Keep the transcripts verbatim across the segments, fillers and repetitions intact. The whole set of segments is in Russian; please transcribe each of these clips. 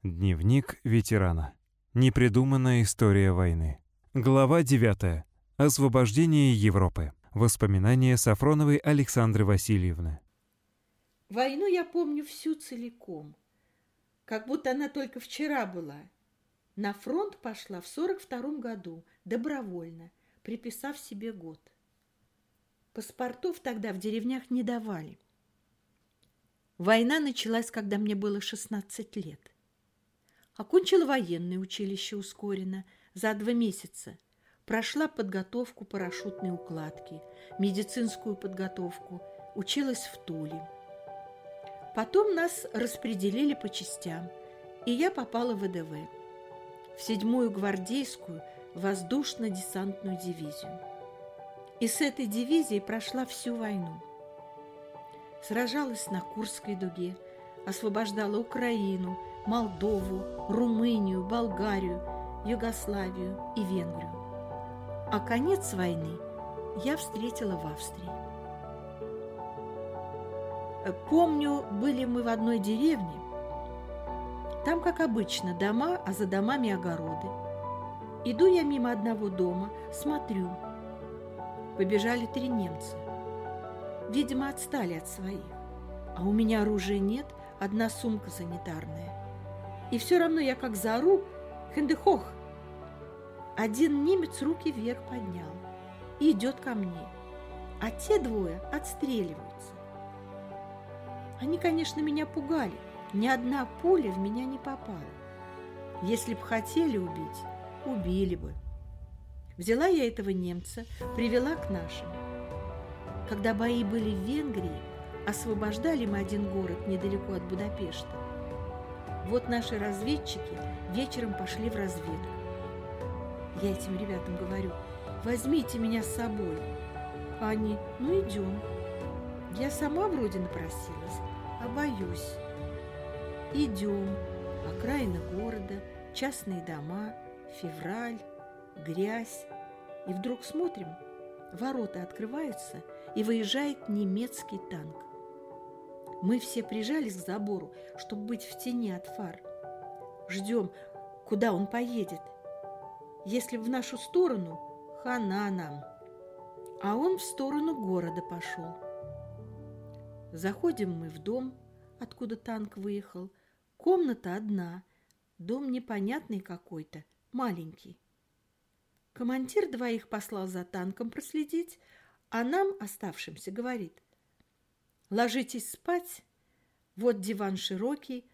Дневник ветерана. Непридуманная история войны. Глава девятая. Освобождение Европы. Воспоминания Сафроновой Александры Васильевны. Войну я помню всю целиком, как будто она только вчера была. На фронт пошла в сорок втором году, добровольно, приписав себе год. Паспортов тогда в деревнях не давали. Война началась, когда мне было шестнадцать лет. Окончила военное училище ускоренно за два месяца. Прошла подготовку парашютной укладки, медицинскую подготовку, училась в Туле. Потом нас распределили по частям, и я попала в вэ дэ вэ, в седьмую гвардейскую воздушно-десантную дивизию. И с этой дивизией прошла всю войну. Сражалась на Курской дуге, освобождала Украину, Молдову, Румынию, Болгарию, Югославию и Венгрию. А конец войны я встретила в Австрии. Помню, были мы в одной деревне. Там, как обычно, дома, а за домами огороды. Иду я мимо одного дома, смотрю. Побежали три немца. Видимо, отстали от своих. А у меня оружия нет, одна сумка санитарная. И все равно я как заору «Хендехох!». Один немец руки вверх поднял и идет ко мне, а те двое отстреливаются. Они, конечно, меня пугали, ни одна пуля в меня не попала. Если б хотели убить, убили бы. Взяла я этого немца, привела к нашим. Когда бои были в Венгрии, освобождали мы один город недалеко от Будапешта. Вот наши разведчики вечером пошли в разведку. Я этим ребятам говорю: возьмите меня с собой. А они: ну идем. Я сама вроде напросилась, а боюсь. Идем. Окраина города, частные дома, февраль, грязь. И вдруг смотрим, ворота открываются, и выезжает немецкий танк. Мы все прижались к забору, чтобы быть в тени от фар. Ждем, куда он поедет. Если в нашу сторону, хана нам. А он в сторону города пошел. Заходим мы в дом, откуда танк выехал. Комната одна, дом непонятный какой-то, маленький. Командир двоих послал за танком проследить, а нам, оставшимся, говорит: ложитесь спать, вот диван широкий.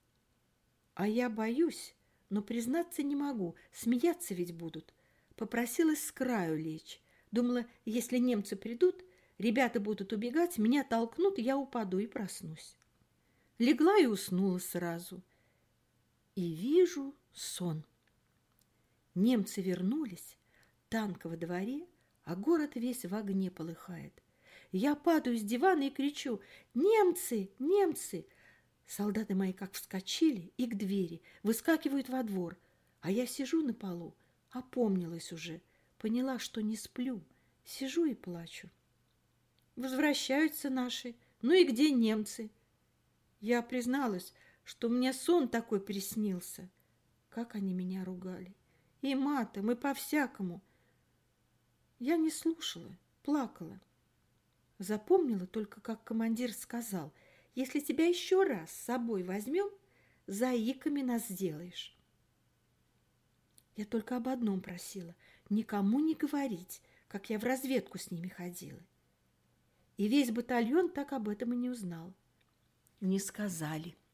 А я боюсь, но признаться не могу, смеяться ведь будут. Попросилась с краю лечь. Думала, если немцы придут, ребята будут убегать, меня толкнут, я упаду и проснусь. Легла и уснула сразу. И вижу сон. Немцы вернулись, танк во дворе, а город весь в огне полыхает. Я падаю с дивана и кричу: «Немцы! Немцы!» Солдаты мои как вскочили и к двери, выскакивают во двор. А я сижу на полу, опомнилась уже, поняла, что не сплю, сижу и плачу. Возвращаются наши. Ну и где немцы? Я призналась, что мне сон такой приснился. Как они меня ругали. И матом, и по-всякому. Я не слушала, плакала. Запомнила только, как командир сказал: если тебя еще раз с собой возьмем, заиками нас сделаешь. Я только об одном просила: никому не говорить, как я в разведку с ними ходила. И весь батальон так об этом и не узнал. Не сказали.